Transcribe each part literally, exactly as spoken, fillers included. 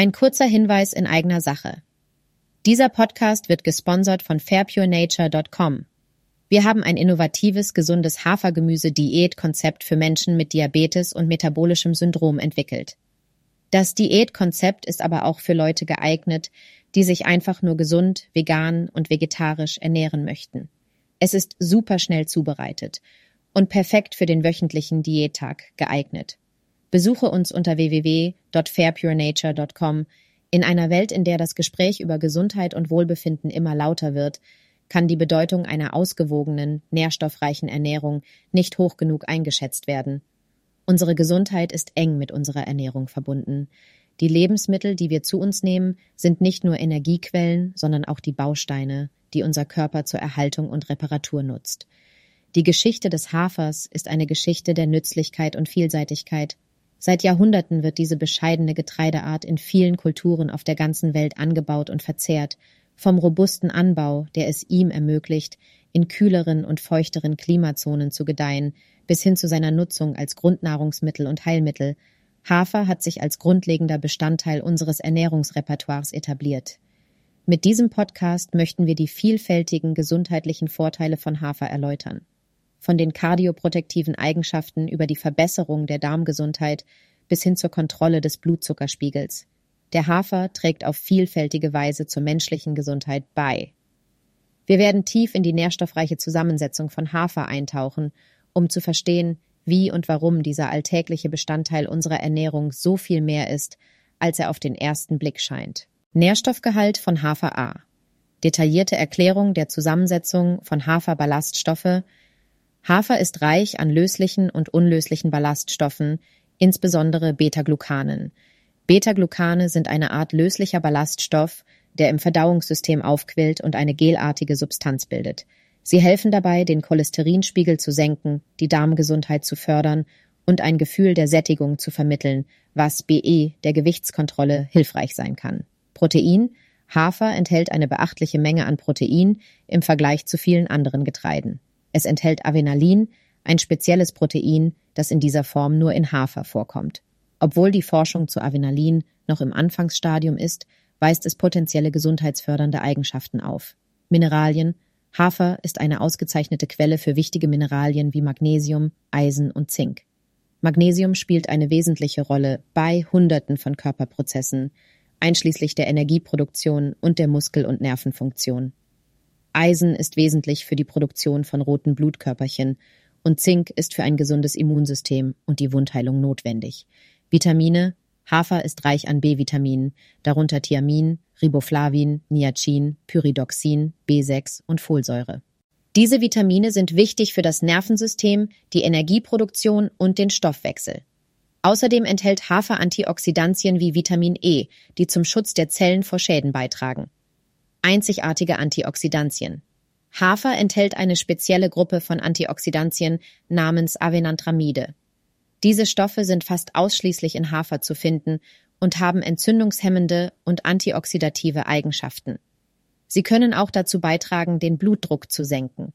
Ein kurzer Hinweis in eigener Sache. Dieser Podcast wird gesponsert von fair pure nature Punkt com. Wir haben ein innovatives, gesundes Hafergemüse-Diätkonzept für Menschen mit Diabetes und metabolischem Syndrom entwickelt. Das Diätkonzept ist aber auch für Leute geeignet, die sich einfach nur gesund, vegan und vegetarisch ernähren möchten. Es ist super schnell zubereitet und perfekt für den wöchentlichen Diättag geeignet. Besuche uns unter w w w Punkt fair pure nature Punkt com. In einer Welt, in der das Gespräch über Gesundheit und Wohlbefinden immer lauter wird, kann die Bedeutung einer ausgewogenen, nährstoffreichen Ernährung nicht hoch genug eingeschätzt werden. Unsere Gesundheit ist eng mit unserer Ernährung verbunden. Die Lebensmittel, die wir zu uns nehmen, sind nicht nur Energiequellen, sondern auch die Bausteine, die unser Körper zur Erhaltung und Reparatur nutzt. Die Geschichte des Hafers ist eine Geschichte der Nützlichkeit und Vielseitigkeit. Seit Jahrhunderten wird diese bescheidene Getreideart in vielen Kulturen auf der ganzen Welt angebaut und verzehrt, vom robusten Anbau, der es ihm ermöglicht, in kühleren und feuchteren Klimazonen zu gedeihen, bis hin zu seiner Nutzung als Grundnahrungsmittel und Heilmittel. Hafer hat sich als grundlegender Bestandteil unseres Ernährungsrepertoires etabliert. Mit diesem Podcast möchten wir die vielfältigen gesundheitlichen Vorteile von Hafer erläutern. Von den kardioprotektiven Eigenschaften über die Verbesserung der Darmgesundheit bis hin zur Kontrolle des Blutzuckerspiegels. Der Hafer trägt auf vielfältige Weise zur menschlichen Gesundheit bei. Wir werden tief in die nährstoffreiche Zusammensetzung von Hafer eintauchen, um zu verstehen, wie und warum dieser alltägliche Bestandteil unserer Ernährung so viel mehr ist, als er auf den ersten Blick scheint. Nährstoffgehalt von Hafer A. Detaillierte Erklärung der Zusammensetzung von Haferballaststoffe. Hafer ist reich an löslichen und unlöslichen Ballaststoffen, insbesondere Beta-Glucanen. Beta-Glucane sind eine Art löslicher Ballaststoff, der im Verdauungssystem aufquillt und eine gelartige Substanz bildet. Sie helfen dabei, den Cholesterinspiegel zu senken, die Darmgesundheit zu fördern und ein Gefühl der Sättigung zu vermitteln, was B E, der Gewichtskontrolle, hilfreich sein kann. Protein. Hafer enthält eine beachtliche Menge an Protein im Vergleich zu vielen anderen Getreiden. Es enthält Avenalin, ein spezielles Protein, das in dieser Form nur in Hafer vorkommt. Obwohl die Forschung zu Avenalin noch im Anfangsstadium ist, weist es potenzielle gesundheitsfördernde Eigenschaften auf. Mineralien. Hafer ist eine ausgezeichnete Quelle für wichtige Mineralien wie Magnesium, Eisen und Zink. Magnesium spielt eine wesentliche Rolle bei Hunderten von Körperprozessen, einschließlich der Energieproduktion und der Muskel- und Nervenfunktion. Eisen ist wesentlich für die Produktion von roten Blutkörperchen und Zink ist für ein gesundes Immunsystem und die Wundheilung notwendig. Vitamine. Hafer ist reich an B-Vitaminen, darunter Thiamin, Riboflavin, Niacin, Pyridoxin, B sechs und Folsäure. Diese Vitamine sind wichtig für das Nervensystem, die Energieproduktion und den Stoffwechsel. Außerdem enthält Hafer Antioxidantien wie Vitamin E, die zum Schutz der Zellen vor Schäden beitragen. Einzigartige Antioxidantien. Hafer enthält eine spezielle Gruppe von Antioxidantien namens Avenantramide. Diese Stoffe sind fast ausschließlich in Hafer zu finden und haben entzündungshemmende und antioxidative Eigenschaften. Sie können auch dazu beitragen, den Blutdruck zu senken.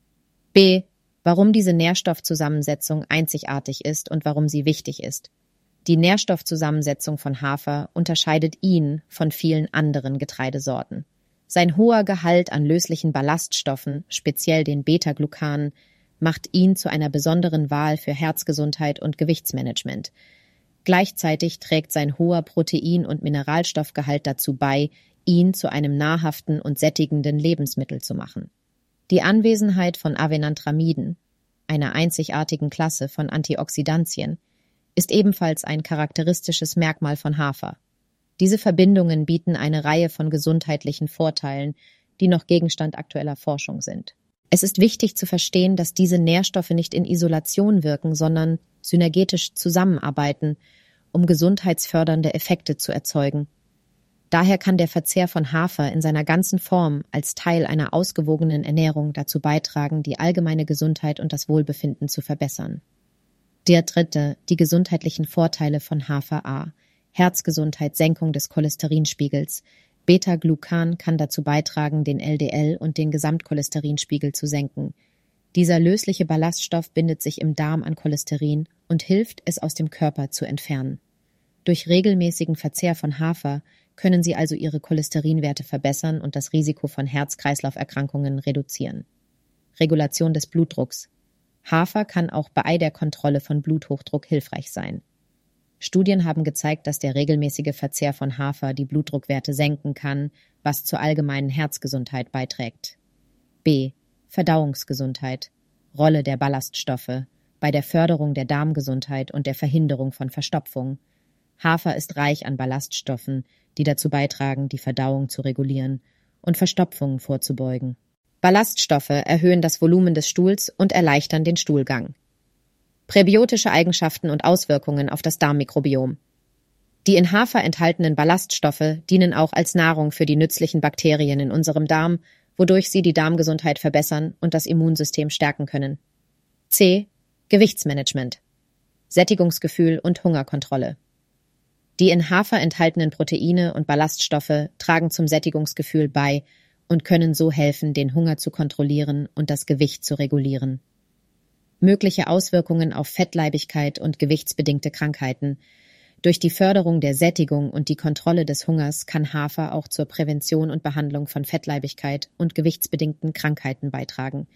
B. Warum diese Nährstoffzusammensetzung einzigartig ist und warum sie wichtig ist. Die Nährstoffzusammensetzung von Hafer unterscheidet ihn von vielen anderen Getreidesorten. Sein hoher Gehalt an löslichen Ballaststoffen, speziell den Beta-Glucanen, macht ihn zu einer besonderen Wahl für Herzgesundheit und Gewichtsmanagement. Gleichzeitig trägt sein hoher Protein- und Mineralstoffgehalt dazu bei, ihn zu einem nahrhaften und sättigenden Lebensmittel zu machen. Die Anwesenheit von Avenantramiden, einer einzigartigen Klasse von Antioxidantien, ist ebenfalls ein charakteristisches Merkmal von Hafer. Diese Verbindungen bieten eine Reihe von gesundheitlichen Vorteilen, die noch Gegenstand aktueller Forschung sind. Es ist wichtig zu verstehen, dass diese Nährstoffe nicht in Isolation wirken, sondern synergetisch zusammenarbeiten, um gesundheitsfördernde Effekte zu erzeugen. Daher kann der Verzehr von Hafer in seiner ganzen Form als Teil einer ausgewogenen Ernährung dazu beitragen, die allgemeine Gesundheit und das Wohlbefinden zu verbessern. Der dritte, die gesundheitlichen Vorteile von Hafer A. Herzgesundheit, Senkung des Cholesterinspiegels. Beta-Glucan kann dazu beitragen, den L D L und den Gesamtcholesterinspiegel zu senken. Dieser lösliche Ballaststoff bindet sich im Darm an Cholesterin und hilft, es aus dem Körper zu entfernen. Durch regelmäßigen Verzehr von Hafer können Sie also Ihre Cholesterinwerte verbessern und das Risiko von Herz-Kreislauf-Erkrankungen reduzieren. Regulation des Blutdrucks. Hafer kann auch bei der Kontrolle von Bluthochdruck hilfreich sein. Studien haben gezeigt, dass der regelmäßige Verzehr von Hafer die Blutdruckwerte senken kann, was zur allgemeinen Herzgesundheit beiträgt. B. Verdauungsgesundheit. Rolle der Ballaststoffe bei der Förderung der Darmgesundheit und der Verhinderung von Verstopfung. Hafer ist reich an Ballaststoffen, die dazu beitragen, die Verdauung zu regulieren und Verstopfungen vorzubeugen. Ballaststoffe erhöhen das Volumen des Stuhls und erleichtern den Stuhlgang. Präbiotische Eigenschaften und Auswirkungen auf das Darmmikrobiom. Die in Hafer enthaltenen Ballaststoffe dienen auch als Nahrung für die nützlichen Bakterien in unserem Darm, wodurch sie die Darmgesundheit verbessern und das Immunsystem stärken können. C. Gewichtsmanagement. Sättigungsgefühl und Hungerkontrolle. Die in Hafer enthaltenen Proteine und Ballaststoffe tragen zum Sättigungsgefühl bei und können so helfen, den Hunger zu kontrollieren und das Gewicht zu regulieren. Mögliche Auswirkungen auf Fettleibigkeit und gewichtsbedingte Krankheiten. Durch die Förderung der Sättigung und die Kontrolle des Hungers kann Hafer auch zur Prävention und Behandlung von Fettleibigkeit und gewichtsbedingten Krankheiten beitragen.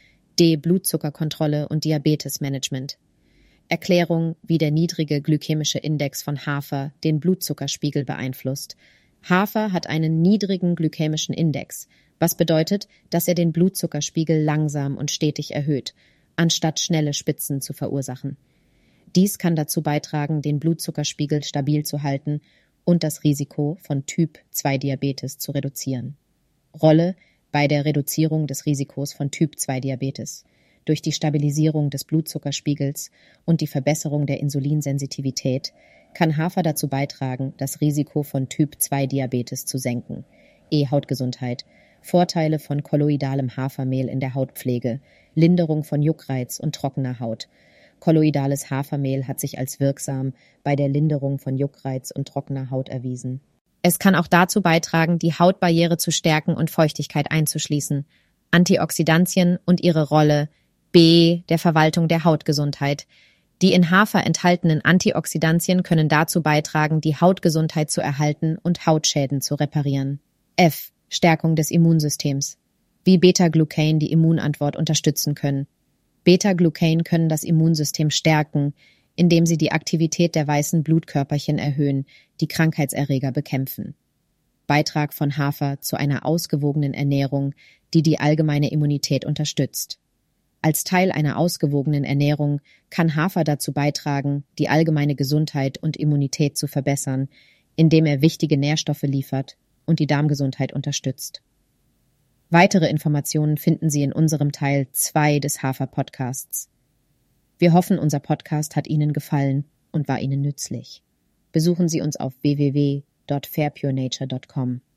D. Blutzuckerkontrolle und Diabetesmanagement. Erklärung, wie der niedrige glykämische Index von Hafer den Blutzuckerspiegel beeinflusst. Hafer hat einen niedrigen glykämischen Index, was bedeutet, dass er den Blutzuckerspiegel langsam und stetig erhöht, anstatt schnelle Spitzen zu verursachen. Dies kann dazu beitragen, den Blutzuckerspiegel stabil zu halten und das Risiko von Typ zwei Diabetes zu reduzieren. Rolle bei der Reduzierung des Risikos von Typ zwei Diabetes. Durch die Stabilisierung des Blutzuckerspiegels und die Verbesserung der Insulinsensitivität kann Hafer dazu beitragen, das Risiko von Typ zwei Diabetes zu senken. E. Hautgesundheit. Vorteile von kolloidalem Hafermehl in der Hautpflege. Linderung von Juckreiz und trockener Haut. Kolloidales Hafermehl hat sich als wirksam bei der Linderung von Juckreiz und trockener Haut erwiesen. Es kann auch dazu beitragen, die Hautbarriere zu stärken und Feuchtigkeit einzuschließen. Antioxidantien und ihre Rolle. B. Der Verwaltung der Hautgesundheit. Die in Hafer enthaltenen Antioxidantien können dazu beitragen, die Hautgesundheit zu erhalten und Hautschäden zu reparieren. F. Stärkung des Immunsystems. Wie Beta-Glucan die Immunantwort unterstützen können. Beta-Glucan können das Immunsystem stärken, indem sie die Aktivität der weißen Blutkörperchen erhöhen, die Krankheitserreger bekämpfen. Beitrag von Hafer zu einer ausgewogenen Ernährung, die die allgemeine Immunität unterstützt. Als Teil einer ausgewogenen Ernährung kann Hafer dazu beitragen, die allgemeine Gesundheit und Immunität zu verbessern, indem er wichtige Nährstoffe liefert und die Darmgesundheit unterstützt. Weitere Informationen finden Sie in unserem Teil zwei des Hafer-Podcasts. Wir hoffen, unser Podcast hat Ihnen gefallen und war Ihnen nützlich. Besuchen Sie uns auf w w w punkt fair pure nature punkt com.